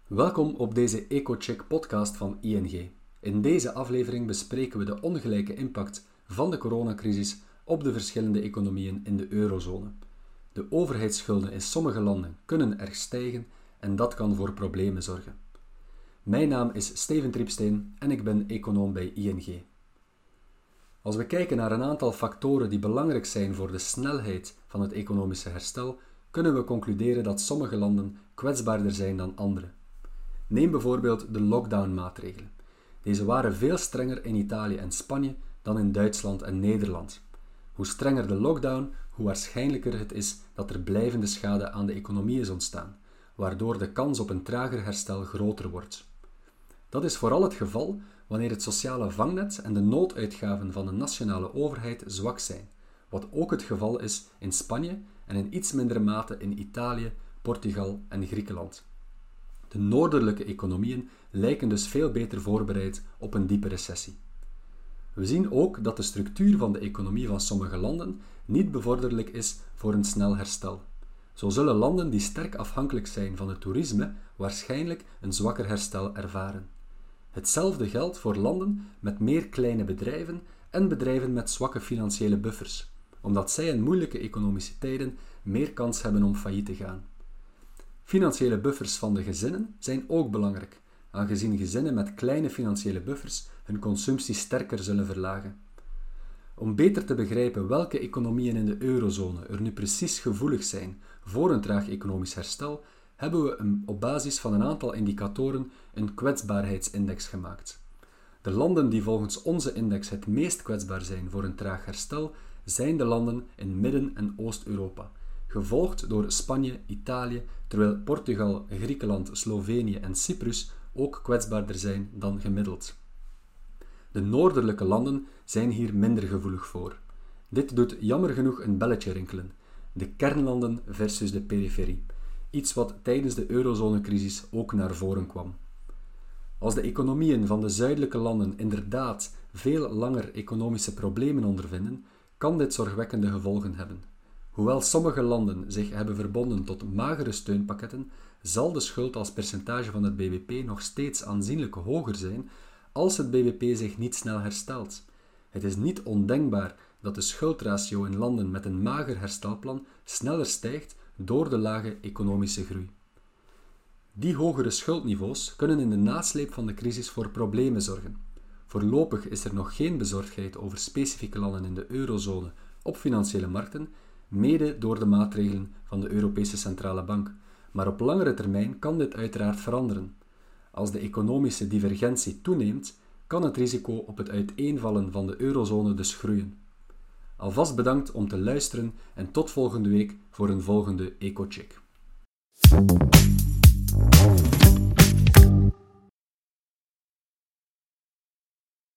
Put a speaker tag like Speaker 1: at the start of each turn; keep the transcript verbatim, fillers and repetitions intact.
Speaker 1: Welkom op deze EcoCheck podcast van I N G. In deze aflevering bespreken we de ongelijke impact van de coronacrisis op de verschillende economieën in de eurozone. De overheidsschulden in sommige landen kunnen erg stijgen en dat kan voor problemen zorgen. Mijn naam is Steven Triepsteen en ik ben econoom bij I N G. Als we kijken naar een aantal factoren die belangrijk zijn voor de snelheid van het economische herstel, kunnen we concluderen dat sommige landen kwetsbaarder zijn dan andere. Neem bijvoorbeeld de lockdown-maatregelen. Deze waren veel strenger in Italië en Spanje dan in Duitsland en Nederland. Hoe strenger de lockdown, hoe waarschijnlijker het is dat er blijvende schade aan de economie is ontstaan, waardoor de kans op een trager herstel groter wordt. Dat is vooral het geval wanneer het sociale vangnet en de nooduitgaven van de nationale overheid zwak zijn, wat ook het geval is in Spanje en in iets mindere mate in Italië, Portugal en Griekenland. De noordelijke economieën lijken dus veel beter voorbereid op een diepe recessie. We zien ook dat de structuur van de economie van sommige landen niet bevorderlijk is voor een snel herstel. Zo zullen landen die sterk afhankelijk zijn van het toerisme waarschijnlijk een zwakker herstel ervaren. Hetzelfde geldt voor landen met meer kleine bedrijven en bedrijven met zwakke financiële buffers, omdat zij in moeilijke economische tijden meer kans hebben om failliet te gaan. Financiële buffers van de gezinnen zijn ook belangrijk, aangezien gezinnen met kleine financiële buffers hun consumptie sterker zullen verlagen. Om beter te begrijpen welke economieën in de eurozone er nu precies gevoelig zijn voor een traag economisch herstel, hebben we een, op basis van een aantal indicatoren een kwetsbaarheidsindex gemaakt. De landen die volgens onze index het meest kwetsbaar zijn voor een traag herstel, zijn de landen in Midden- en Oost-Europa, gevolgd door Spanje, Italië, terwijl Portugal, Griekenland, Slovenië en Cyprus ook kwetsbaarder zijn dan gemiddeld. De noordelijke landen zijn hier minder gevoelig voor. Dit doet jammer genoeg een belletje rinkelen. De kernlanden versus de periferie. Iets wat tijdens de eurozonecrisis ook naar voren kwam. Als de economieën van de zuidelijke landen inderdaad veel langer economische problemen ondervinden, kan dit zorgwekkende gevolgen hebben. Hoewel sommige landen zich hebben verbonden tot magere steunpakketten, zal de schuld als percentage van het B B P nog steeds aanzienlijk hoger zijn als het B B P zich niet snel herstelt. Het is niet ondenkbaar dat de schuldratio in landen met een mager herstelplan sneller stijgt door de lage economische groei. Die hogere schuldniveaus kunnen in de nasleep van de crisis voor problemen zorgen. Voorlopig is er nog geen bezorgdheid over specifieke landen in de eurozone op financiële markten, mede door de maatregelen van de Europese Centrale Bank. Maar op langere termijn kan dit uiteraard veranderen. Als de economische divergentie toeneemt, kan het risico op het uiteenvallen van de eurozone dus groeien. Alvast bedankt om te luisteren en tot volgende week voor een volgende EcoCheck.